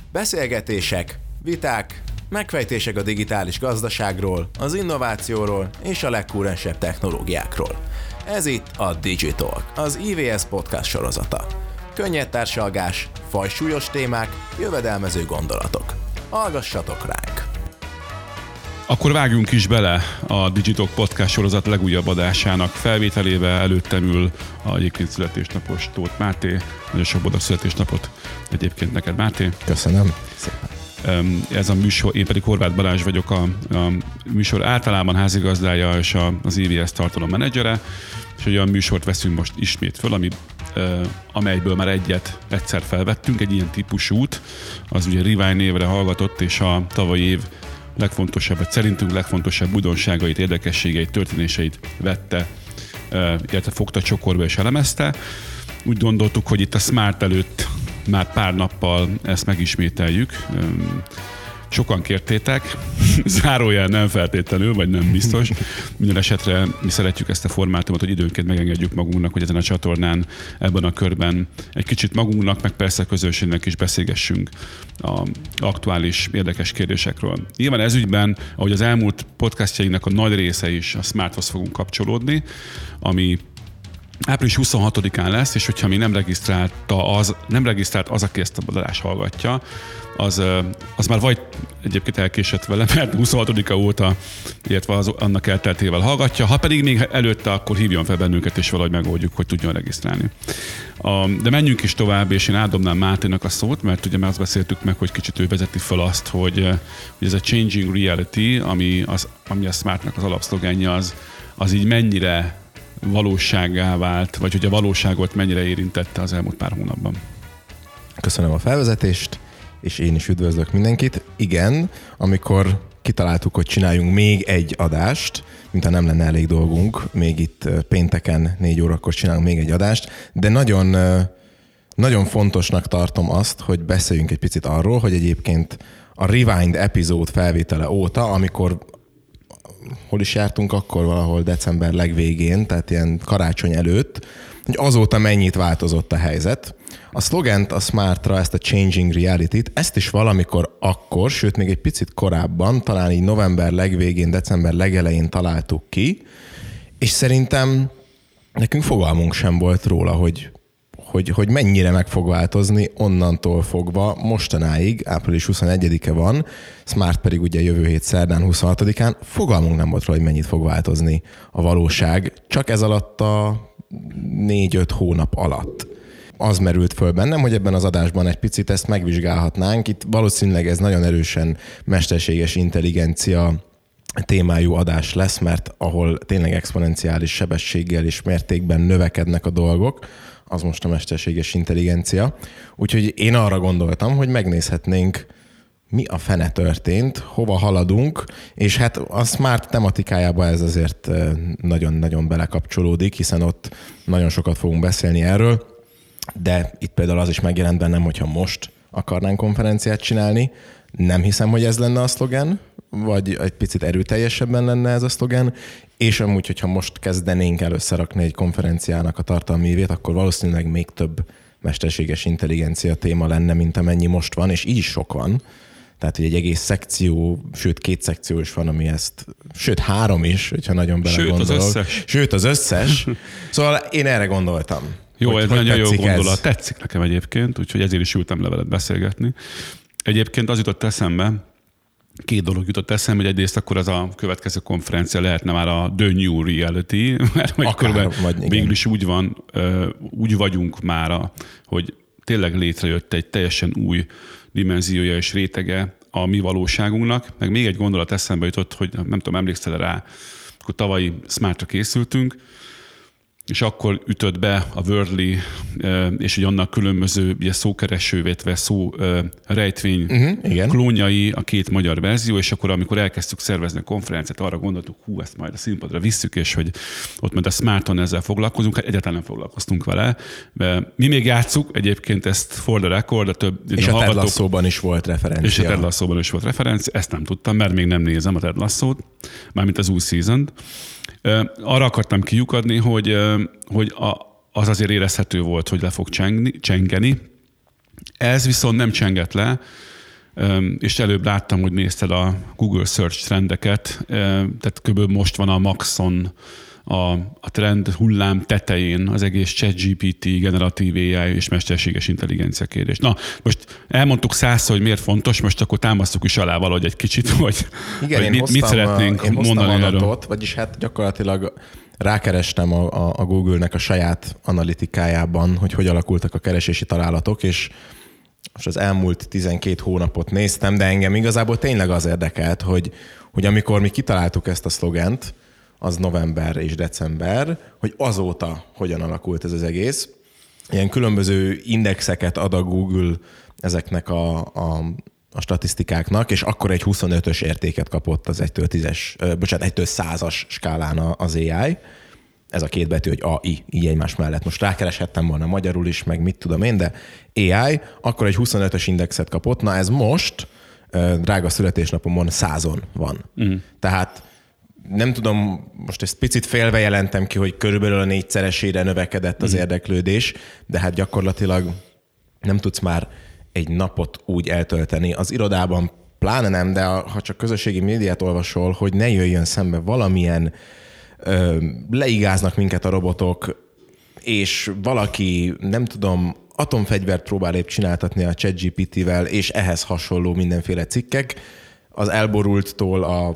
Beszélgetések, viták, megfejtések a digitális gazdaságról, az innovációról és a legkúrensebb technológiákról. Ez itt a Digitalk, az IVS podcast sorozata. Könnyed társalgás, fajsúlyos témák, jövedelmező gondolatok. Hallgassatok ránk! Akkor vágjunk is bele a Digitalk podcast sorozat legújabb adásának felvételébe. Előttem ül a egyébként születésnapos Tóth Máté. Nagyon sok boldog születésnapot egyébként neked, Máté. Köszönöm szépen. Ez a műsor, én pedig Horváth Balázs vagyok, a műsor általában házigazdája és az IVS tartalommenedzsere, és egy olyan műsort veszünk most ismét föl, amelyből már egyszer felvettünk, egy ilyen típusút, az ugye Rewind névre hallgatott, és a tavalyi év legfontosabb, vagy szerintünk legfontosabb újdonságait, érdekességeit, történéseit vette, illetve fogta csokorba és elemezte. Úgy gondoltuk, hogy itt a Smart előtt már pár nappal ezt megismételjük. Sokan kértétek, zárójel nem feltétlenül, vagy nem biztos. Minden esetre mi szeretjük ezt a formátumot, hogy időnként megengedjük magunknak, hogy ezen a csatornán, ebben a körben egy kicsit magunknak, meg persze a közönségnek is beszélgessünk az aktuális, érdekes kérdésekről. Nyilván ez ügyben, ahogy az elmúlt podcastjainknak a nagy része is a Smarthoz fogunk kapcsolódni, ami április 26-án lesz, és hogyha még nem regisztrált az, aki ezt a adást hallgatja, az már vagy egyébként elkésett vele, mert 26-a óta, illetve annak elteltével hallgatja, ha pedig még előtte, akkor hívjon fel bennünket, és valahogy megoldjuk, hogy tudjon regisztrálni. De menjünk is tovább, és én átdobnám Máténak a szót, mert ugye már azt beszéltük meg, hogy kicsit ő vezeti fel azt, hogy ez a changing reality, ami a Smartnak az alapszlogenje, az így mennyire valósággá vált, vagy hogy a valóságot mennyire érintette az elmúlt pár hónapban. Köszönöm a felvezetést, és én is üdvözlök mindenkit. Igen, amikor kitaláltuk, hogy csináljunk még egy adást, mintha nem lenne elég dolgunk, még itt pénteken 4 órakor csinálunk még egy adást, de nagyon, nagyon fontosnak tartom azt, hogy beszéljünk egy picit arról, hogy egyébként a Rewind epizód felvétele óta, amikor hol is jártunk akkor, valahol december legvégén, tehát ilyen karácsony előtt, hogy azóta mennyit változott a helyzet. A szlogent, a Smartra, ezt a Changing Reality-t, ezt is valamikor akkor, sőt még egy picit korábban, talán így november legvégén, december legelején találtuk ki, és szerintem nekünk fogalmunk sem volt róla, hogy mennyire meg fog változni onnantól fogva mostanáig, április 21-e van, Smart pedig ugye jövő hét szerdán 26-án, fogalmunk nem volt róla, hogy mennyit fog változni a valóság, csak ez alatt a 4-5 hónap alatt. Az merült föl bennem, hogy ebben az adásban egy picit ezt megvizsgálhatnánk. Itt valószínűleg ez nagyon erősen mesterséges intelligencia témájú adás lesz, mert ahol tényleg exponenciális sebességgel és mértékben növekednek a dolgok, az most a mesterséges intelligencia. Úgyhogy én arra gondoltam, hogy megnézhetnénk, mi a fene történt, hova haladunk, és hát a Smart tematikájába ez azért nagyon-nagyon belekapcsolódik, hiszen ott nagyon sokat fogunk beszélni erről, de itt például az is megjelent bennem, hogyha most akarnánk konferenciát csinálni, nem hiszem, hogy ez lenne a szlogen, vagy egy picit erőteljesebben lenne ez a szlogen, és amúgy, hogyha most kezdenénk el összerakni egy konferenciának a tartalmi évét, akkor valószínűleg még több mesterséges intelligencia téma lenne, mint amennyi most van, és így is sok van. Tehát, hogy egy egész szekció, sőt 2 szekció is van, ami ezt, sőt 3 is, hogyha nagyon belegondolok. Sőt az összes. Szóval én erre gondoltam. Jó, ez nagyon jó gondolat. Ez? Tetszik nekem egyébként, úgyhogy ezért is ültem le veled beszélgetni. Egyébként az jutott eszembe, 2 dolog jutott eszembe, hogy egyrészt akkor ez a következő konferencia lehetne már a The New Reality, mert végül is úgy vagyunk már, hogy tényleg létrejött egy teljesen új dimenziója és rétege a mi valóságunknak. Meg még egy gondolat eszembe jutott, hogy nem tudom, emlékszel rá, akkor tavalyi Smartra készültünk, és akkor ütött be a Wordly, és ugye annak különböző ugye szókeresővé, szó rejtvény klónjai, a 2 magyar verzió, és akkor amikor elkezdtük szervezni a konferenciát, arra gondoltuk, ezt majd a színpadra visszük, és hogy ott majd a Smarton ezzel foglalkozunk, hát egyáltalán nem foglalkoztunk vele. Mi még játsszuk, egyébként ezt for the record, de több... És a Ted Lasso-ban is volt referencia. És a Ted Lasso-ban is volt referencia, ezt nem tudtam, mert még nem nézem a Ted Lasso-t, mármint az új season-t. Arra akartam kiukadni, hogy az azért érezhető volt, hogy le fog csengeni. Ez viszont nem csengett le, és előbb láttam, hogy nézted a Google Search trendeket, tehát kb. Most van a Maxon a trend hullám tetején az egész ChatGPT, generatív AI és mesterséges intelligencia kérdés. Na, most elmondtuk 100-szor, hogy miért fontos, most akkor támasztuk is alá valahogy egy kicsit, hogy, igen, hogy mit szeretnénk mondani erről. Vagyis hát gyakorlatilag rákerestem a Google-nek a saját analitikájában, hogy alakultak a keresési találatok, és most az elmúlt 12 hónapot néztem, de engem igazából tényleg az érdekelt, hogy amikor mi kitaláltuk ezt a szlogent, az november és december, hogy azóta hogyan alakult ez az egész. Ilyen különböző indexeket ad a Google ezeknek a statisztikáknak, és akkor egy 25-ös értéket kapott az 1-től 100-as skálán az AI. Ez a két betű, hogy AI, így egymás mellett. Most rákereshettem volna magyarul is, meg mit tudom én, de AI, akkor egy 25-ös indexet kapott. Na ez most, drága születésnapomon 100-on van. Tehát nem tudom, most ezt picit félve jelentem ki, hogy körülbelül a 4-szeresére növekedett az érdeklődés, de hát gyakorlatilag nem tudsz már egy napot úgy eltölteni. Az irodában pláne nem, de ha csak közösségi médiát olvasol, hogy ne jöjjön szembe valamilyen leigáznak minket a robotok, és valaki, nem tudom, atomfegyvert próbál épp csináltatni a ChatGPT-vel, és ehhez hasonló mindenféle cikkek, az elborulttól a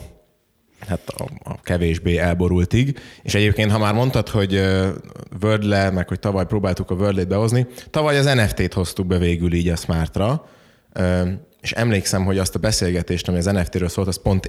kevésbé elborultig. És egyébként, ha már mondtad, hogy Wordle, meg hogy tavaly próbáltuk a Wordle-t behozni, tavaly az NFT-t hoztuk be végül így a Smartra, és emlékszem, hogy azt a beszélgetést, ami az NFT-ről szólt, azt pont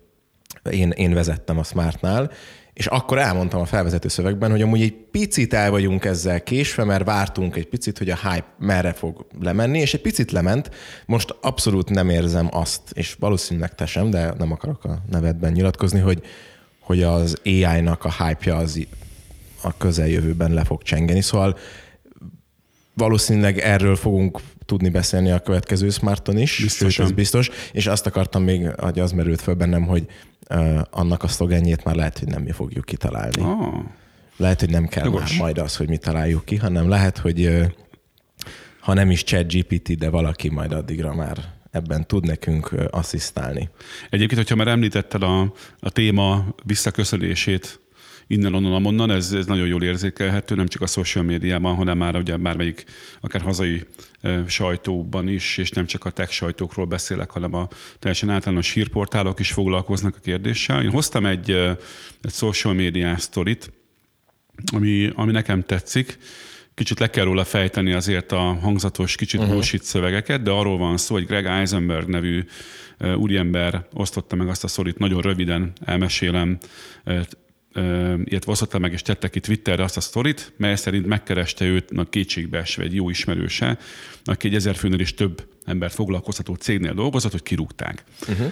én vezettem a Smartnál, és akkor elmondtam a felvezető szövegben, hogy amúgy egy picit el vagyunk ezzel késve, mert vártunk egy picit, hogy a hype merre fog lemenni, és egy picit lement. Most abszolút nem érzem azt, és valószínűleg te sem, de nem akarok a nevedben nyilatkozni, hogy az AI-nak a hype-ja az a közeljövőben le fog csengeni. Szóval valószínűleg erről fogunk tudni beszélni a következő Smarton is. Biztosan. Ez biztos. És azt akartam még, hogy az merült föl bennem, hogy annak a szlogenjét már lehet, hogy nem mi fogjuk kitalálni. Lehet, hogy nem kell már majd az, hogy mi találjuk ki, hanem lehet, hogy ha nem is ChatGPT, de valaki majd addigra már ebben tud nekünk asszisztálni. Egyébként, hogyha már említetted a téma visszaköszönését innen-onnan-amonnan, ez nagyon jól érzékelhető, nem csak a social médiában, hanem már ugye bármelyik, akár hazai sajtóban is, és nem csak a tech sajtókról beszélek, hanem a teljesen általános hírportálok is foglalkoznak a kérdéssel. Én hoztam egy social media sztorit, ami nekem tetszik. Kicsit le kell róla fejteni azért a hangzatos, kicsit bullshit szövegeket, de arról van szó, hogy Greg Eisenberg nevű úriember osztotta meg azt a sztorit, nagyon röviden elmesélem, illetve osztotta meg és tette ki Twitterre azt a sztorit, mely szerint megkereste őt a kétségbeesve egy jó ismerőse, aki egy 1000 főnél is több embert foglalkoztató cégnél dolgozott, hogy kirúgták.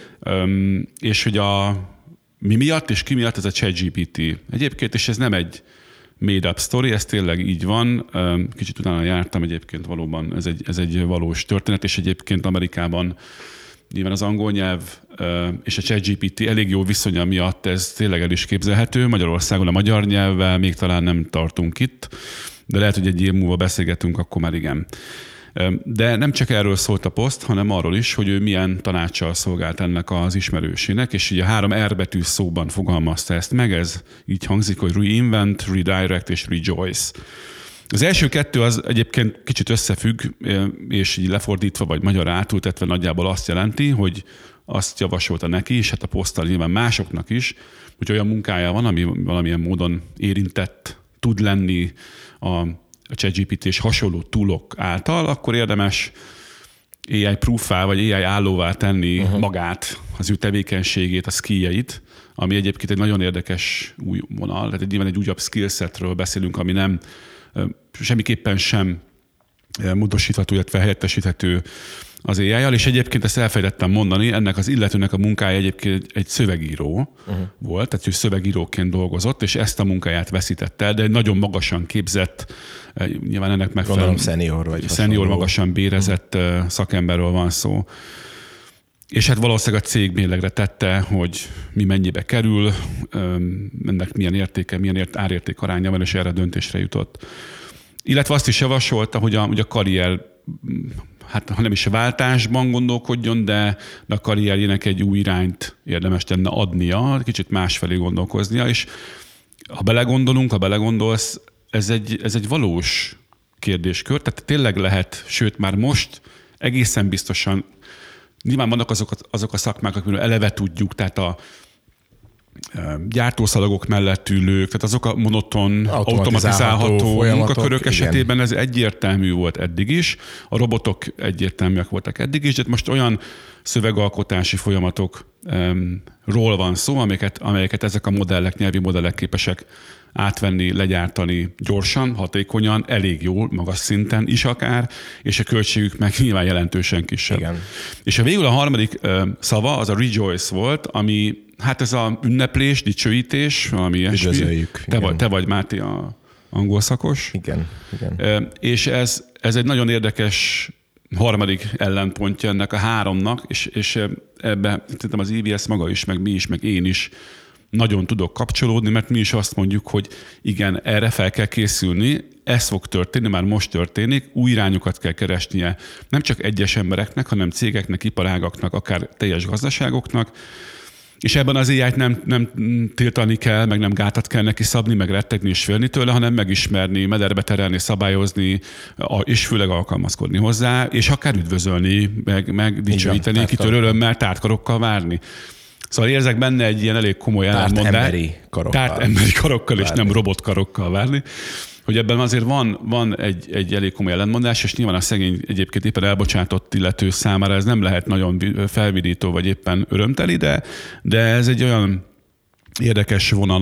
És hogy mi miatt és ki miatt ez a ChatGPT. Egyébként, és ez nem egy made-up story, ez tényleg így van. Kicsit utána jártam egyébként valóban, ez egy valós történet, és egyébként Amerikában nyilván az angol nyelv és a ChatGPT elég jó viszonya miatt ez tényleg el is képzelhető. Magyarországon a magyar nyelvvel még talán nem tartunk itt, de lehet, hogy egy év múlva beszélgetünk, akkor már igen. De nem csak erről szólt a poszt, hanem arról is, hogy ő milyen tanácssal szolgált ennek az ismerősének, és így a 3 R betű szóban fogalmazta ezt meg, ez így hangzik, hogy reinvent, redirect és rejoice. Az első 2 az egyébként kicsit összefügg, és így lefordítva, vagy magyarra átültetve nagyjából azt jelenti, hogy azt javasolta neki, és hát a poszttal nyilván másoknak is, hogy olyan munkája van, ami valamilyen módon érintett tud lenni a ChatGPT és hasonló toolok által, akkor érdemes AI proof-á, vagy AI állóvá tenni magát, az ő tevékenységét, a skilljeit, ami egyébként egy nagyon érdekes új vonal, tehát nyilván egy újabb skillsetről beszélünk, ami nem semmiképpen sem módosítható, illetve helyettesíthető az AI-jal, és egyébként ezt elfelejtettem mondani, ennek az illetőnek a munkája egyébként egy szövegíró volt, tehát ő szövegíróként dolgozott, és ezt a munkáját veszítette el, de egy nagyon magasan képzett, nyilván ennek megfelelően szenior magasan bérezett szakemberről van szó. És hát valószínűleg a cég mérlegre tette, hogy mi mennyibe kerül, ennek milyen értéke, milyen árérték aránya van, és erre döntésre jutott. Illetve azt is javasolta, hogy a karrier ha nem is váltásban gondolkodjon, de a karrierjének egy új irányt érdemes lenne adnia, kicsit másfelé gondolkoznia, és ha belegondolsz, ez egy valós kérdéskör, tehát tényleg lehet, sőt már most egészen biztosan, nyilván vannak azok a szakmák, akiről eleve tudjuk, tehát a gyártószalagok mellett ülők, tehát azok a monoton, automatizálható munkakörök esetében ez egyértelmű volt eddig is, a robotok egyértelműek voltak eddig is, de most olyan szövegalkotási folyamatokról van szó, amelyeket ezek a modellek, nyelvi modellek képesek átvenni, legyártani gyorsan, hatékonyan, elég jól, magas szinten is akár, és a költségük meg nyilván jelentősen kisebb. Igen. És végül a harmadik szava az a rejoice volt, ami hát ez a ünneplés, dicsőítés, valami ilyesmi. Te vagy Máté a angol szakos. Igen. És ez egy nagyon érdekes harmadik ellenpontja ennek a háromnak, és ebbe szerintem az IVS maga is, meg mi is, meg én is nagyon tudok kapcsolódni, mert mi is azt mondjuk, hogy igen, erre fel kell készülni, ez fog történni, már most történik, új irányokat kell keresnie nem csak egyes embereknek, hanem cégeknek, iparágaknak, akár teljes gazdaságoknak, és ebben az AI-t nem tiltani kell, meg nem gátat kell neki szabni, meg rettegni és félni tőle, hanem megismerni, mederbe terelni, szabályozni, és főleg alkalmazkodni hozzá, és akár üdvözölni, meg dicsőíteni, kitől örömmel, tártkarokkal várni. Szóval érzek benne egy ilyen elég komoly ellenmondást. Tárt emberi karokkal, és nem robotkarokkal várni. Hogy ebben azért van egy elég komoly ellentmondás, és nyilván a szegény egyébként éppen elbocsátott illető számára ez nem lehet nagyon felvidító, vagy éppen örömteli, de ez egy olyan érdekes vonal,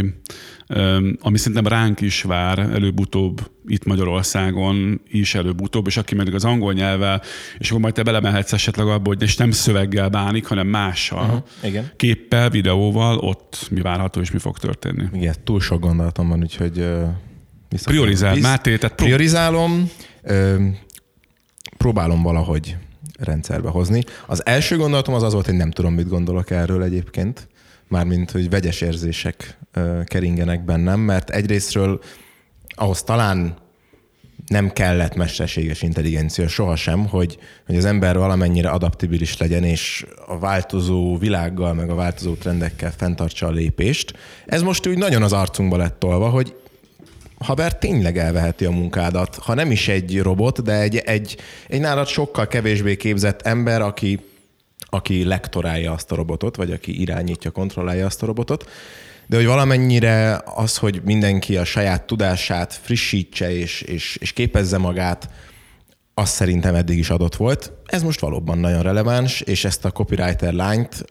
ami szerintem ránk is vár előbb-utóbb itt Magyarországon is előbb-utóbb, és aki meg az angol nyelvvel, és akkor majd te belemehetsz esetleg abba, hogy és nem szöveggel bánik, hanem mással, képpel, videóval, ott mi várható és mi fog történni. Igen, túl sok gondolatom van, úgyhogy... Priorizál, Máté, tehát priorizálom, próbálom valahogy rendszerbe hozni. Az első gondolatom az volt, hogy nem tudom, mit gondolok erről egyébként, mármint, hogy vegyes érzések keringenek bennem, mert egyrésztről ahhoz talán nem kellett mesterséges intelligencia sohasem, hogy az ember valamennyire adaptibilis legyen, és a változó világgal, meg a változó trendekkel fenntartsa a lépést. Ez most úgy nagyon az arcunkba lett tolva, hogy haver tényleg elveheti a munkádat, ha nem is egy robot, de egy nálad sokkal kevésbé képzett ember, aki lektorálja azt a robotot, vagy aki irányítja, kontrollálja azt a robotot, de hogy valamennyire az, hogy mindenki a saját tudását frissítse és képezze magát, az szerintem eddig is adott volt. Ez most valóban nagyon releváns, és ezt a copywriter lányt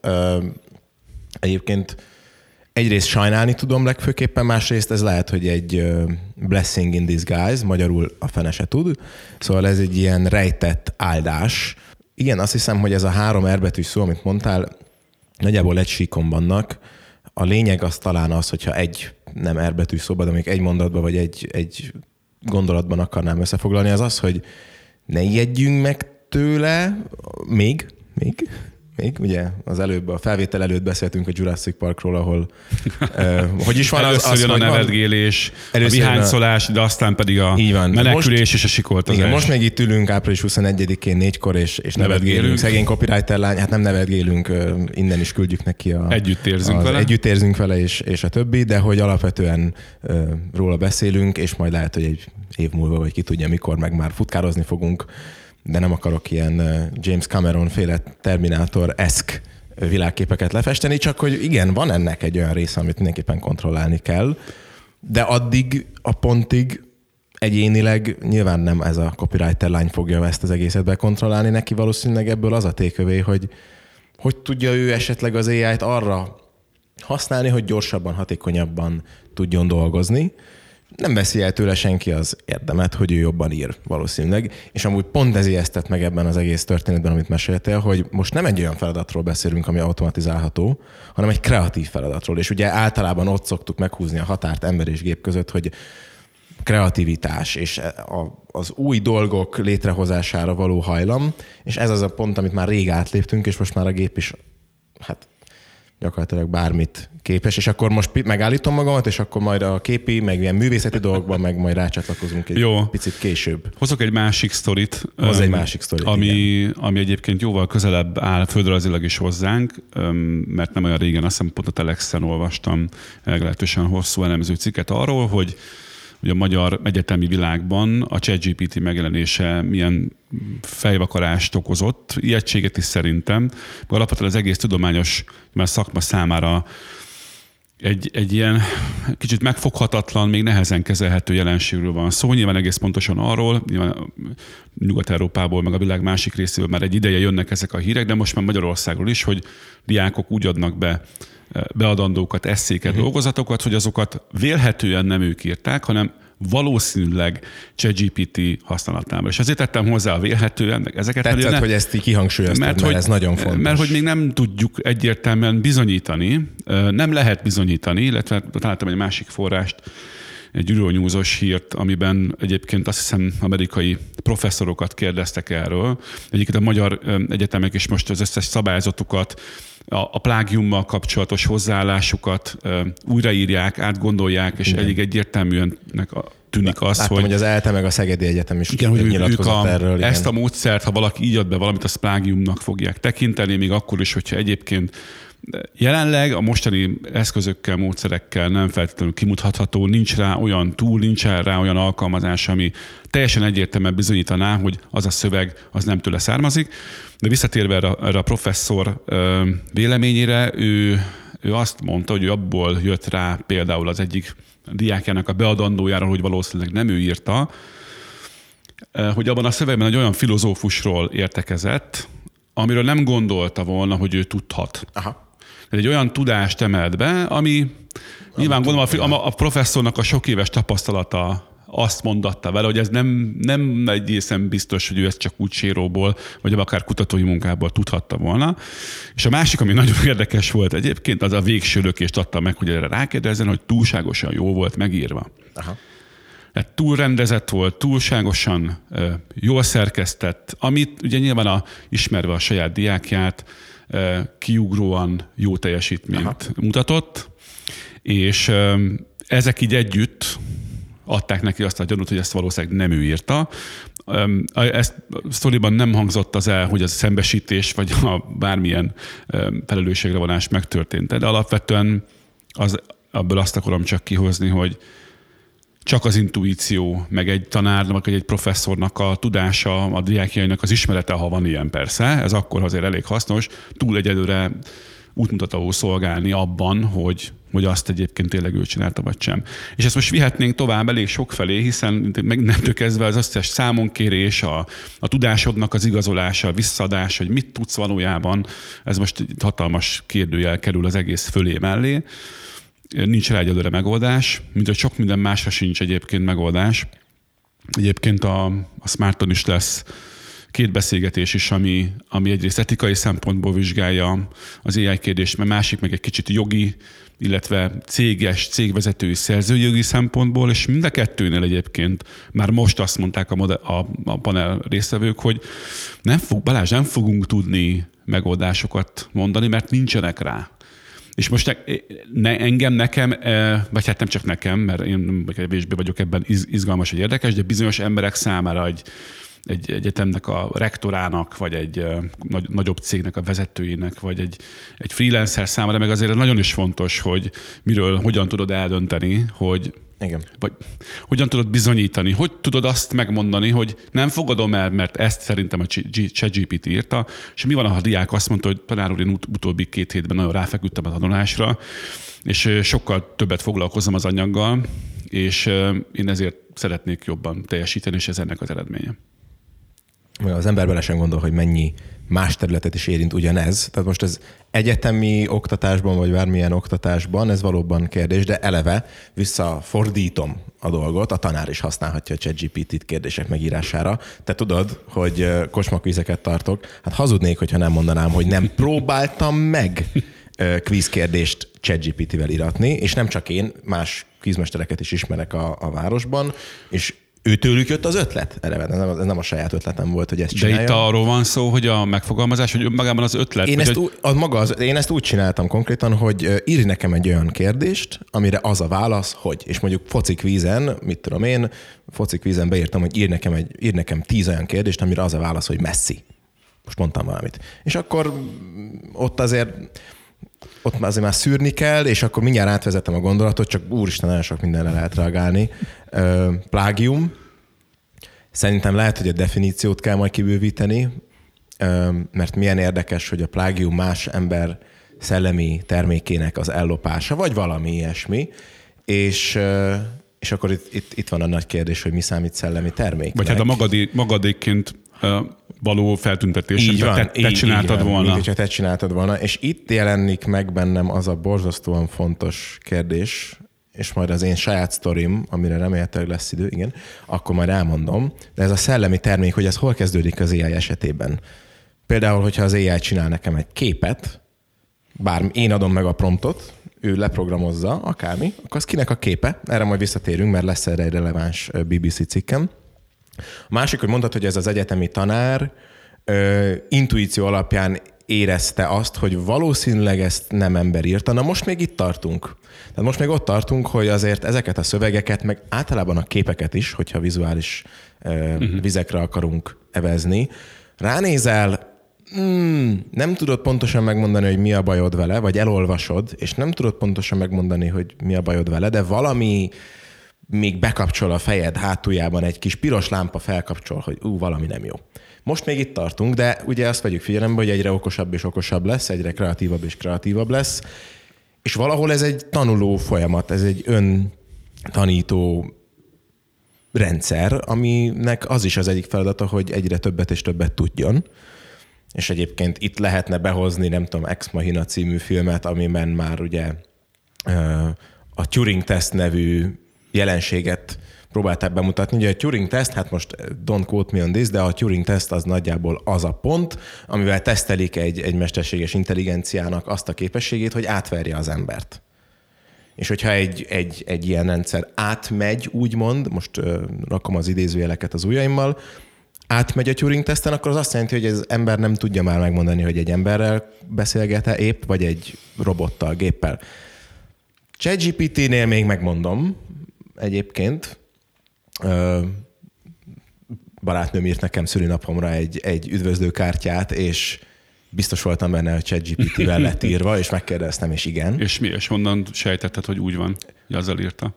egyébként egyrészt sajnálni tudom legfőképpen, másrészt ez lehet, hogy egy blessing in disguise, magyarul a fene se tud, szóval ez egy ilyen rejtett áldás. Igen, azt hiszem, hogy ez a 3 R-betűs szó, amit mondtál, nagyjából egy síkon vannak. A lényeg az talán az, hogyha egy nem R-betűs szóban, de még egy mondatban vagy egy gondolatban akarnám összefoglalni, az az, hogy ne ijedjünk meg tőle, még, ugye az előbb, a felvétel előtt beszéltünk a Jurassic Parkról, ahol hogy is van először jön a nevetgélés, a vihányszolás, de aztán pedig a menekülés és a sikoltozás. Igen, most meg itt ülünk április 21-én 4-kor, és nevetgélünk. Szegény copywriter lány, hát nem nevetgélünk, innen is küldjük neki együtt érzünk vele, és a többi, de hogy alapvetően róla beszélünk, és majd lehet, hogy egy év múlva, vagy ki tudja mikor, meg már futkározni fogunk, de nem akarok ilyen James Cameron-féle Terminátor-eszk világképeket lefesteni, csak hogy igen, van ennek egy olyan része, amit mindenképpen kontrollálni kell, de addig a pontig egyénileg nyilván nem ez a copywriter lány fogja ezt az egészet bekontrollálni, neki valószínűleg ebből az a takeaway, hogy tudja ő esetleg az AI-t arra használni, hogy gyorsabban, hatékonyabban tudjon dolgozni. Nem veszi el tőle senki az érdemet, hogy ő jobban ír valószínűleg, és amúgy pont ez ijesztett meg ebben az egész történetben, amit meséltél, hogy most nem egy olyan feladatról beszélünk, ami automatizálható, hanem egy kreatív feladatról, és ugye általában ott szoktuk meghúzni a határt ember és gép között, hogy kreativitás és az új dolgok létrehozására való hajlam, és ez az a pont, amit már rég átléptünk, és most már a gép is gyakorlatilag bármit képes, és akkor most megállítom magamat, és akkor majd a képi, meg ilyen művészeti dolgokban, meg majd rácsatlakozunk egy picit később. Hozok egy másik sztorit. Egy másik sztorit, ami egyébként jóval közelebb áll földrajzilag is hozzánk, mert nem olyan régen, azt hiszem pont a Telexen olvastam meglehetősen hosszú elemző cikket arról, hogy a magyar egyetemi világban a ChatGPT megjelenése milyen fejvakarást okozott, ijegységet is szerintem. Alapvetően az egész tudományos szakma számára egy ilyen kicsit megfoghatatlan, még nehezen kezelhető jelenségről van szó. Nyilván egész pontosan arról, nyilván Nyugat-Európából, meg a világ másik részéből már egy ideje jönnek ezek a hírek, de most már Magyarországról is, hogy diákok úgy adnak be beadandókat, esszéket, dolgozatokat, hogy azokat vélhetően nem ők írták, hanem valószínűleg ChatGPT használatában. És azért tettem hozzá a vélhetően, meg ezeket. Tetszett, hogy ezt így kihangsúlyoztad, mert ez nagyon fontos. Mert hogy még nem tudjuk egyértelműen bizonyítani, nem lehet bizonyítani, illetve találtam egy másik forrást, egy Euronews-os hírt, amiben egyébként azt hiszem amerikai professzorokat kérdeztek erről. Egyébként a magyar egyetemek is most az összes szabályzatukat, a plágiummal kapcsolatos hozzáállásukat újraírják, átgondolják, és elég egyértelműen tűnik az, láttam, hogy az ELTE meg a Szegedi Egyetem is nyilatkozott erről. Igen. Ezt a módszert, ha valaki így ad be valamit, azt plágiumnak fogják tekinteni, még akkor is, hogyha egyébként jelenleg a mostani eszközökkel, módszerekkel nem feltétlenül kimutatható, nincs rá olyan tool, nincs rá olyan alkalmazás, ami teljesen egyértelműen bizonyítaná, hogy az a szöveg az nem tőle származik. De visszatérve erre a professzor véleményére, ő azt mondta, hogy ő abból jött rá például az egyik diákjának a beadandójáról, hogy valószínűleg nem ő írta, hogy abban a szövegben egy olyan filozófusról értekezett, amiről nem gondolta volna, hogy ő tudhat. Aha. Egy olyan tudást emelt be, ami nyilván gondolom a professzornak a sok éves tapasztalata azt mondatta vele, hogy ez nem egészen biztos, hogy ő ezt csak úgy séróból, vagy akár kutatói munkából tudhatta volna. És a másik, ami nagyon érdekes volt egyébként, az a végső lökést adta meg, hogy erre rákérdezzen, hogy túlságosan jó volt megírva. Aha. Tehát túl rendezett volt, túlságosan jól szerkesztett, amit ugye nyilván ismerve a saját diákját, kiugróan jó teljesítményt mutatott, és ezek így együtt adták neki azt a gyanút, hogy ezt valószínűleg nem ő írta. Ezt sztoriban nem hangzott az el, hogy az szembesítés vagy bármilyen felelősségre vonás megtörtént, de alapvetően abból azt akarom csak kihozni, hogy csak az intuíció, meg egy tanárnak, vagy egy professzornak a tudása, a diákjainak az ismerete, ha van ilyen persze, ez akkor azért elég hasznos, túl egyelőre útmutatóul szolgálni abban, hogy azt egyébként tényleg ő csinálta, vagy sem. És ezt most vihetnénk tovább elég sok felé, hiszen megnemtől kezdve az összes számonkérés, a tudásodnak az igazolása, a visszaadása, hogy mit tudsz valójában, ez most egy hatalmas kérdőjel kerül az egész fölé mellé. Nincs rá egyelőre megoldás, mint hogy sok minden másra sincs egyébként megoldás. Egyébként a Smarton is lesz 2 beszélgetés is, ami egyrészt etikai szempontból vizsgálja az AI kérdést, mert másik meg egy kicsit jogi, illetve cégvezetői szerzőjogi szempontból, és mind a kettőnél egyébként már most azt mondták a panel résztvevők, hogy nem fogunk tudni megoldásokat mondani, mert nincsenek rá. És most nekem, vagy hát nem csak nekem, mert én kevésbé vagyok ebben izgalmas vagy érdekes, de bizonyos emberek számára egy egyetemnek a rektorának, vagy egy nagyobb cégnek a vezetőjének, vagy egy freelancer számára, meg azért nagyon is fontos, hogy hogyan tudod eldönteni, hogy igen. Vagy hogyan tudod bizonyítani, hogy tudod azt megmondani, hogy nem fogadom el, mert ezt szerintem a ChatGPT írta, és mi van, ha a diák azt mondta, hogy tanár úr, én utóbbi 2 hétben nagyon ráfeküdtem a tanulásra, és sokkal többet foglalkozom az anyaggal, és én ezért szeretnék jobban teljesíteni, és ez ennek az eredménye. Az ember bele sem gondol, hogy mennyi más területet is érint ugyanez. Tehát most az egyetemi oktatásban, vagy bármilyen oktatásban ez valóban kérdés, de eleve visszafordítom a dolgot, a tanár is használhatja a ChatGPT-t kérdések megírására. Te tudod, hogy kocsmakvízeket tartok. Hát hazudnék, hogyha nem mondanám, hogy nem próbáltam meg kvízkérdést ChatGPT-vel íratni, és nem csak én, más kvízmestereket is ismerek a városban, és Őtőlük jött az ötlet? Ez nem a saját ötletem volt, hogy ezt csinálja. De itt arról van szó, hogy a megfogalmazás, hogy magában az ötlet. Én ezt úgy csináltam konkrétan, hogy írj nekem egy olyan kérdést, amire az a válasz, hogy. És mondjuk focikvízen, mit tudom én, focikvízen beírtam, hogy ír nekem 10 olyan kérdést, amire az a válasz, hogy Messi. Most mondtam valamit. És akkor ott azért már szűrni kell, és akkor mindjárt átvezettem a gondolatot, csak úristen, nagyon sok mindenre lehet reagálni. Plágium. Szerintem lehet, hogy a definíciót kell majd kibővíteni, mert milyen érdekes, hogy a plágium más ember szellemi termékének az ellopása, vagy valami ilyesmi, és akkor itt van a nagy kérdés, hogy mi számít szellemi terméknek. Vagy hát a magadékként való feltüntetés, te csináltad volna. Mint hogyha te csináltad volna, és itt jelenik meg bennem az a borzasztóan fontos kérdés, és majd az én saját sztorim, amire remélhetőleg lesz idő, igen, akkor majd elmondom, de ez a szellemi termék, hogy ez hol kezdődik az AI esetében. Például, hogyha az AI csinál nekem egy képet, bár én adom meg a promptot, ő leprogramozza, akármi, akkor az kinek a képe? Erre majd visszatérünk, mert lesz erre egy releváns BBC cikkem. A másik, hogy mondtad, hogy ez az egyetemi tanár intuíció alapján érezte azt, hogy valószínűleg ezt nem ember írta. Na most még itt tartunk. Tehát most még ott tartunk, hogy azért ezeket a szövegeket, meg általában a képeket is, hogyha vizuális vizekre akarunk evezni, ránézel, nem tudod pontosan megmondani, hogy mi a bajod vele, vagy elolvasod, és nem tudod pontosan megmondani, hogy mi a bajod vele, de valami még bekapcsol a fejed hátuljában, egy kis piros lámpa felkapcsol, hogy valami nem jó. Most még itt tartunk, de ugye azt vegyük figyelembe, hogy egyre okosabb és okosabb lesz, egyre kreatívabb és kreatívabb lesz, és valahol ez egy tanuló folyamat, ez egy öntanító rendszer, aminek az is az egyik feladata, hogy egyre többet és többet tudjon. És egyébként itt lehetne behozni, nem tudom, Ex Machina című filmet, amiben már ugye a Turing-teszt nevű jelenséget próbálták bemutatni. Ugye a Turing-teszt, hát most don't quote me on this, de a Turing-teszt az nagyjából az a pont, amivel tesztelik egy mesterséges intelligenciának azt a képességét, hogy átverje az embert. És hogyha egy ilyen rendszer átmegy, úgymond, most rakom az idézőjeleket az ujjaimmal, átmegy a Turing-teszten, akkor az azt jelenti, hogy az ember nem tudja már megmondani, hogy egy emberrel beszélget-e épp, vagy egy robottal, géppel. ChatGPT-nél még megmondom, egyébként barátnőm írt nekem szülinapomra egy üdvözlőkártyát, és biztos voltam benne, hogy ChatGPT-vel lett írva, és megkérdeztem, és igen. És mi? És honnan sejtetted, hogy úgy van, hogy azzal írta?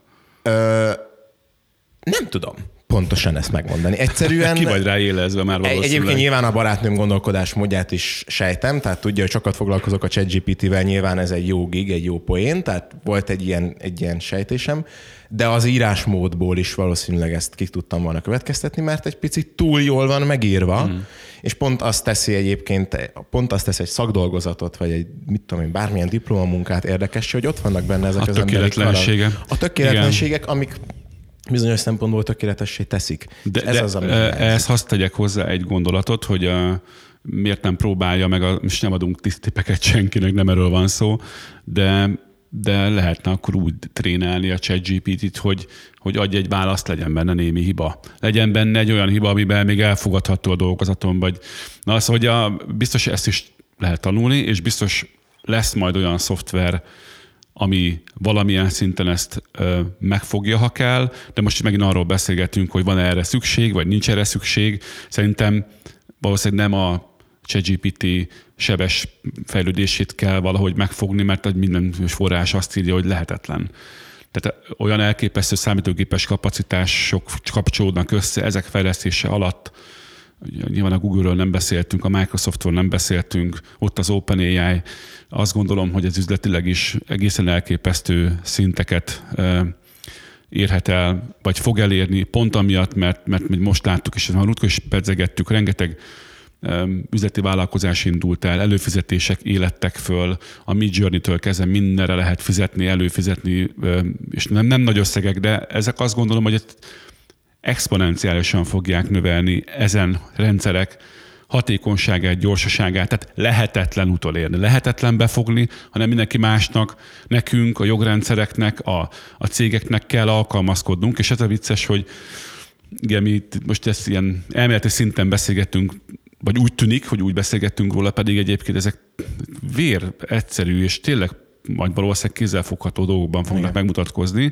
Nem tudom pontosan ezt megmondani. Egyszerűen... Ki vagy rá élezve már valószínűleg. Egyébként nyilván a barátnőm gondolkodásmódját is sejtem, tehát tudja, hogy sokat foglalkozok a ChatGPT-vel, nyilván ez egy jó gig, egy jó poén, tehát volt egy ilyen sejtésem, de az írásmódból is valószínűleg ezt ki tudtam volna következtetni, mert egy picit túl jól van megírva, és pont azt teszi egy szakdolgozatot, vagy egy, mit tudom én, bármilyen diplomamunkát érdekes, hogy ott vannak benne ezek az emberi a tökéletlenségek, amik bizonyos szempontból tökéletessé teszik. De ehhez azt tegyek hozzá egy gondolatot, hogy miért nem próbálja meg, most nem adunk tippeket senkinek, nem erről van szó, de lehetne akkor úgy trénálni a ChatGPT-t, hogy adj egy választ, legyen benne némi hiba. Legyen benne egy olyan hiba, amiben még elfogadható a dolgozaton, vagy na az, hogy biztos ezt is lehet tanulni, és biztos lesz majd olyan szoftver, ami valamilyen szinten ezt megfogja, ha kell, de most megint arról beszélgetünk, hogy van erre szükség, vagy nincs erre szükség. Szerintem valószínűleg nem a ChatGPT sebes fejlődését kell valahogy megfogni, mert minden forrás azt írja, hogy lehetetlen. Tehát olyan elképesztő számítógépes kapacitások kapcsolódnak össze ezek fejlesztése alatt. Nyilván a Google-ről nem beszéltünk, a Microsoftról nem beszéltünk, ott az OpenAI. Azt gondolom, hogy ez üzletileg is egészen elképesztő szinteket érhet el, vagy fog elérni, pont amiatt, mert most láttuk, és már útkor is pedzegettük, rengeteg üzleti vállalkozás indult el, előfizetések élettek föl, a Midjourney-től kezdve mindenre lehet fizetni, előfizetni, és nem nagy összegek, de ezek azt gondolom, hogy exponenciálisan fogják növelni ezen rendszerek hatékonyságát, gyorsaságát, tehát lehetetlen utolérni, lehetetlen befogni, hanem mindenki másnak, nekünk, a jogrendszereknek, a cégeknek kell alkalmazkodnunk, és ez a vicces, hogy igen, mi most ezt ilyen elméleti szinten beszélgettünk, vagy úgy tűnik, hogy úgy beszélgettünk róla, pedig egyébként ezek egyszerű, és tényleg majd valószínűleg kézzelfogható dolgokban fognak megmutatkozni.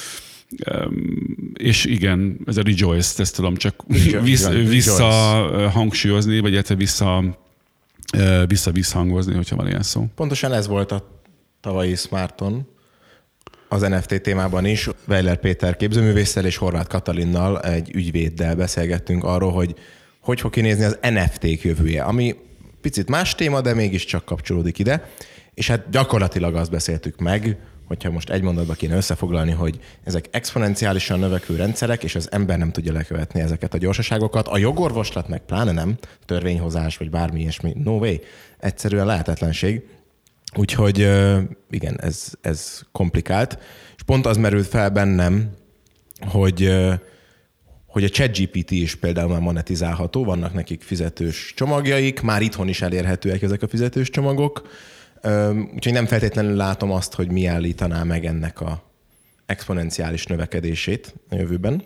És igen, ez a Rejoice, ezt tudom csak visszahangsúlyozni, vagy visszahangozni, hogyha van ilyen szó. Pontosan ez volt a tavalyi Smarton, az NFT témában is. Weiler Péter képzőművésszel és Horváth Katalinnal, egy ügyvéddel beszélgettünk arról, hogy fog kinézni az NFT-k jövője, ami picit más téma, de mégiscsak kapcsolódik ide. És hát gyakorlatilag azt beszéltük meg, hogyha most egy mondatba kéne összefoglalni, hogy ezek exponenciálisan növekvő rendszerek, és az ember nem tudja lekövetni ezeket a gyorsaságokat. A jogorvoslat meg pláne nem, törvényhozás vagy bármi ilyesmi, no way, egyszerűen lehetetlenség. Úgyhogy igen, ez komplikált. És pont az merült fel bennem, hogy a ChatGPT is például már monetizálható, vannak nekik fizetős csomagjaik, már itthon is elérhetőek ezek a fizetős csomagok, úgyhogy nem feltétlenül látom azt, hogy mi állítaná meg ennek a exponenciális növekedését a jövőben.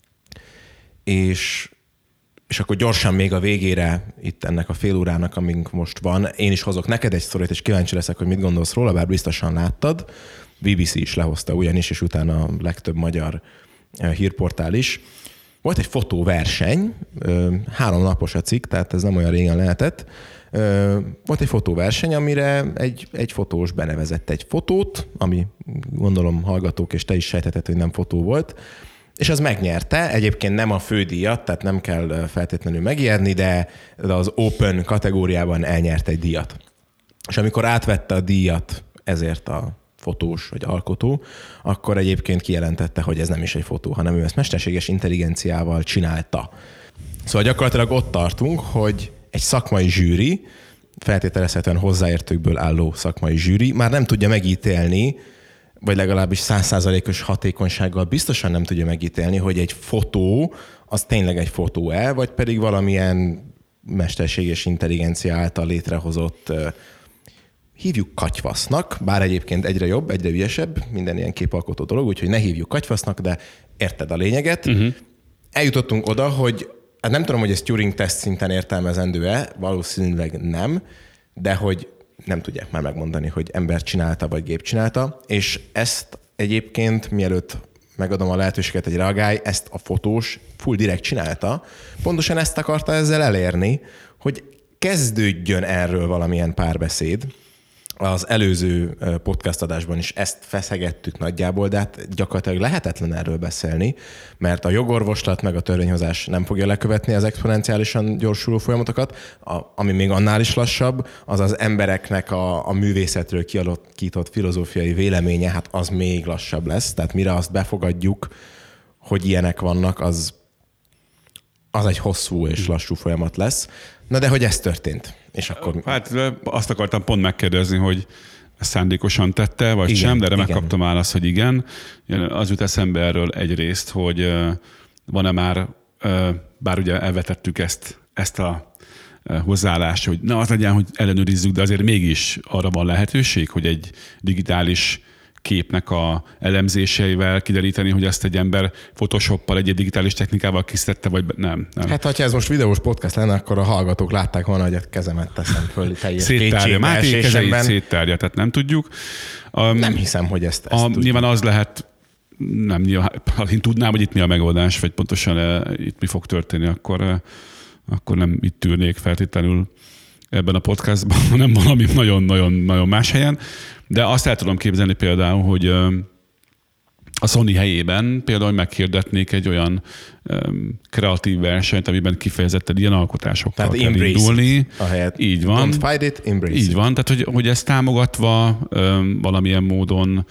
És akkor gyorsan még a végére itt ennek a fél órának, amink most van, én is hozok neked egy sztorit, és kíváncsi leszek, hogy mit gondolsz róla, bár biztosan láttad. BBC is lehozta ugyanis, és utána a legtöbb magyar hírportál is. Volt egy fotóverseny, 3 napos a cikk, tehát ez nem olyan régen lehetett. Volt egy fotóverseny, amire egy fotós benevezett egy fotót, ami gondolom hallgatók, és te is sejtheted, hogy nem fotó volt, és az megnyerte, egyébként nem a fődíjat, tehát nem kell feltétlenül megijedni, de az Open kategóriában elnyerte egy díjat. És amikor átvette a díjat ezért a fotós vagy alkotó, akkor egyébként kijelentette, hogy ez nem is egy fotó, hanem ő ezt mesterséges intelligenciával csinálta. Szóval gyakorlatilag ott tartunk, hogy egy szakmai zsűri, feltételezhetően hozzáértőkből álló szakmai zsűri már nem tudja megítélni, vagy legalábbis 100%-os hatékonysággal biztosan nem tudja megítélni, hogy egy fotó, az tényleg egy fotó-e, vagy pedig valamilyen mesterséges intelligencia által létrehozott, hívjuk katyvasznak, bár egyébként egyre jobb, egyre ügyesebb, minden ilyen képalkotó dolog, úgyhogy ne hívjuk katyvasznak, de érted a lényeget. Uh-huh. Eljutottunk oda, hogy hát nem tudom, hogy ez Turing-teszt szinten értelmezendő-e, valószínűleg nem, de hogy nem tudják már megmondani, hogy ember csinálta, vagy gép csinálta, és ezt egyébként, mielőtt megadom a lehetőséget, hogy reagálj, ezt a fotós full direkt csinálta. Pontosan ezt akarta ezzel elérni, hogy kezdődjön erről valamilyen párbeszéd. Az előző podcast adásban is ezt feszegettük nagyjából, de hát gyakorlatilag lehetetlen erről beszélni, mert a jogorvoslat meg a törvényhozás nem fogja lekövetni az exponenciálisan gyorsuló folyamatokat. Ami még annál is lassabb, az az embereknek a művészetről kialakított filozófiai véleménye, hát az még lassabb lesz. Tehát mire azt befogadjuk, hogy ilyenek vannak, az egy hosszú és lassú folyamat lesz. Na de hogy ez történt? És akkor... Hát azt akartam pont megkérdezni, hogy ezt szándékosan tette, vagy igen, sem, de erre megkaptam választ, hogy igen. Az jut eszembe erről egyrészt, hogy van-e már, bár ugye elvetettük ezt a hozzáállást, hogy na az legyen, hogy ellenőrizzük, de azért mégis arra van lehetőség, hogy egy digitális képnek a elemzéseivel kideríteni, hogy ezt egy ember Photoshoppal, egy digitális technikával készítette, vagy nem. Hát, ha ez most videós podcast lenne, akkor a hallgatók látták volna, hogy a kezemet teszem föl teljes kétségbe. Máté kezeit széttárja, tehát nem tudjuk. Nem hiszem, hogy ezt tudjuk. Nyilván az lehet, nem nyilván, ha én tudnám, hogy itt mi a megoldás, vagy pontosan itt mi fog történni, akkor nem itt ülnék feltétlenül ebben a podcastban, hanem valami nagyon-nagyon más helyen. De azt el tudom képzelni például, hogy a Sony helyében például meghirdetnék egy olyan kreatív versenyt, amiben kifejezetten ilyen alkotásokkal tehát kell indulni. Így van. Don't fight it, embrace így van, tehát hogy ezt támogatva valamilyen módon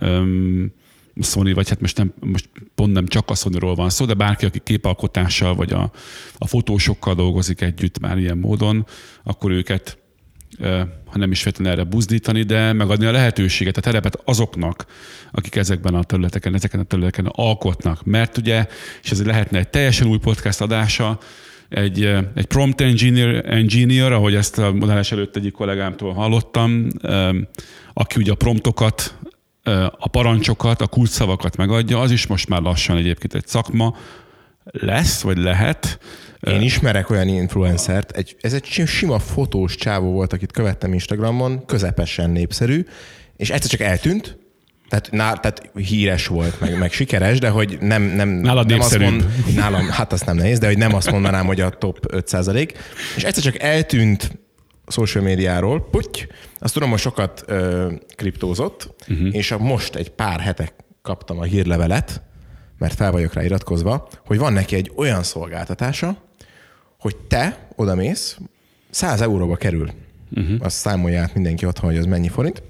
Sony, vagy hát most pont nem csak a Sonyról van szó, de bárki, aki képalkotással vagy a fotósokkal dolgozik együtt már ilyen módon, akkor őket, ha nem is feltétlenül erre buzdítani, de megadni a lehetőséget, a terepet azoknak, akik ezeken a területeken alkotnak. Mert ugye, és ez lehetne egy teljesen új podcast adása, egy prompt engineer, ahogy ezt a modellás előtt egyik kollégámtól hallottam, aki ugye a promptokat, a parancsokat, a kulcsszavakat megadja, az is most már lassan egyébként egy szakma, lesz, vagy lehet. Én ismerek olyan influencert, ez egy sima fotós csávó volt, akit követtem Instagramon, közepesen népszerű, és egyszer csak eltűnt, tehát híres volt, meg sikeres, de hogy nem nálad nem azt nálam, hát azt nem nehéz, de hogy nem azt mondanám, hogy a top 5%, és egyszer csak eltűnt a social médiáról, azt tudom, hogy sokat kriptózott, és most egy pár hete kaptam a hírlevelet, mert fel vagyok rá iratkozva, hogy van neki egy olyan szolgáltatása, hogy te odamész, 100 euróba kerül. Azt számolja át mindenki otthon, hogy az mennyi forint.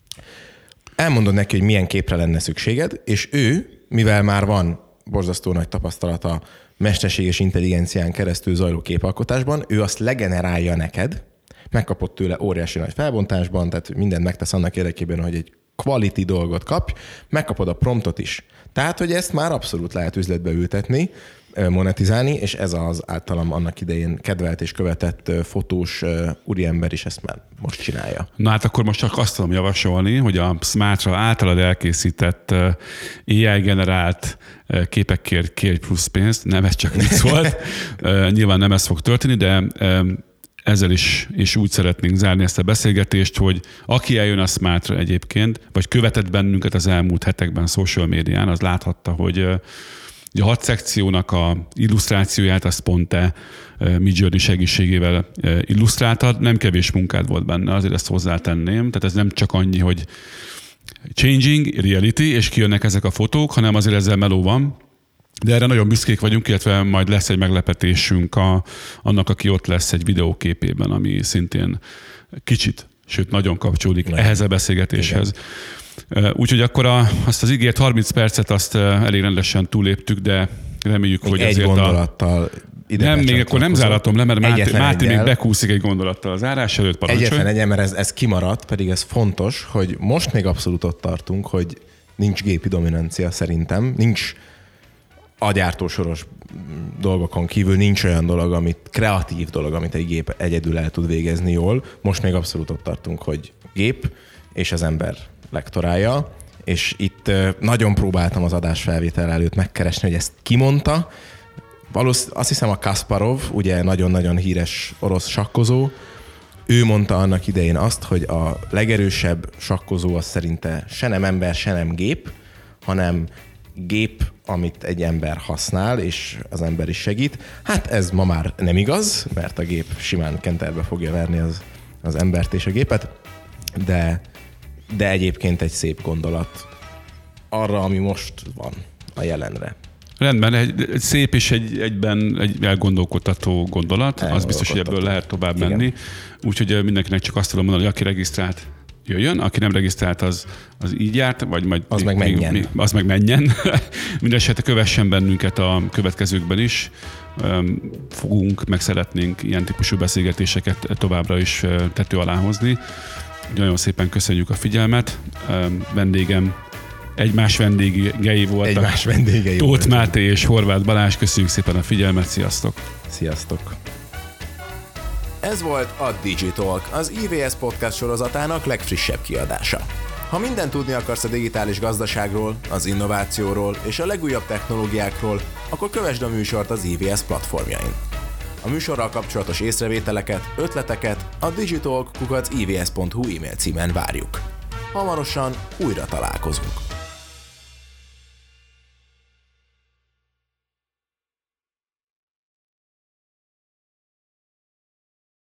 Elmondod neki, hogy milyen képre lenne szükséged, és ő, mivel már van borzasztó nagy tapasztalata mesterséges intelligencián keresztül zajló képalkotásban, ő azt legenerálja neked, megkapott tőle óriási nagy felbontásban, tehát mindent megtesz annak érdekében, hogy egy quality dolgot kapj, megkapod a promptot is. Tehát, hogy ezt már abszolút lehet üzletbe ültetni, monetizálni, és ez az általam annak idején kedvelt és követett fotós úriember is ezt már most csinálja. Na hát akkor most csak azt tudom javasolni, hogy a Smartra általad elkészített AI-generált képekért kérj plusz pénzt, nem, ez csak vicc volt. Nyilván nem ez fog történni, de ezzel is úgy szeretnénk zárni ezt a beszélgetést, hogy aki eljön a Smartra egyébként, vagy követett bennünket az elmúlt hetekben social médián, az láthatta, hogy a 6 szekciónak a illusztrációját azt pont te Midjourney segítségével illusztráltad. Nem kevés munkád volt benne, azért ezt hozzátenném. Tehát ez nem csak annyi, hogy changing reality, és kijönnek ezek a fotók, hanem azért ezzel meló van. De erre nagyon büszkék vagyunk, illetve majd lesz egy meglepetésünk annak, aki ott lesz egy videóképében, ami szintén kicsit, sőt nagyon kapcsolódik ehhez a beszélgetéshez. Igen. Úgyhogy akkor azt az ígért 30 percet azt elég rendesen túléptük, de reméljük, hogy egy azért gondolattal nem, még akkor nem záratom le, mert Máté még bekúszik egy gondolattal az zárás előtt, parancsolj. Egyetlen egyen, mert ez kimaradt, pedig ez fontos, hogy most még abszolút ott tartunk, hogy nincs gépi dominancia szerintem, nincs agyártósoros dolgokon kívül nincs olyan dolog, kreatív dolog, amit egy gép egyedül el tud végezni jól. Most még abszolút ott tartunk, hogy gép és az ember lektorálja, és itt nagyon próbáltam az adásfelvétel előtt megkeresni, hogy ezt ki mondta. Azt hiszem a Kasparov, ugye nagyon-nagyon híres orosz sakkozó, ő mondta annak idején azt, hogy a legerősebb sakkozó az szerinte se nem ember, se nem gép, hanem gép, amit egy ember használ, és az ember is segít. Hát ez ma már nem igaz, mert a gép simán kenterbe fogja verni az embert és a gépet, de egyébként egy szép gondolat arra, ami most van a jelenre. Rendben, egy szép és egyben egy elgondolkodtató gondolat. Az biztos, hogy ebből lehet tovább menni. Úgyhogy mindenkinek csak azt tudom mondani, hogy aki regisztrált, jöjjön, aki nem regisztrált, az így járt, vagy majd az meg menjen. Az meg menjen. Mindenesetre kövessen bennünket a következőkben is. Meg szeretnénk ilyen típusú beszélgetéseket továbbra is tető alá hozni. Nagyon szépen köszönjük a figyelmet. Vendégem egymás vendégei voltak. Tóth Máté és Horváth Balázs. Köszönjük szépen a figyelmet. Sziasztok! Sziasztok! Ez volt a Digitalk, az IVS podcast sorozatának legfrissebb kiadása. Ha mindent tudni akarsz a digitális gazdaságról, az innovációról és a legújabb technológiákról, akkor kövesd a műsort az IVS platformjain. A műsorral kapcsolatos észrevételeket, ötleteket a digitalk@ivs.hu e-mail címen várjuk. Hamarosan újra találkozunk.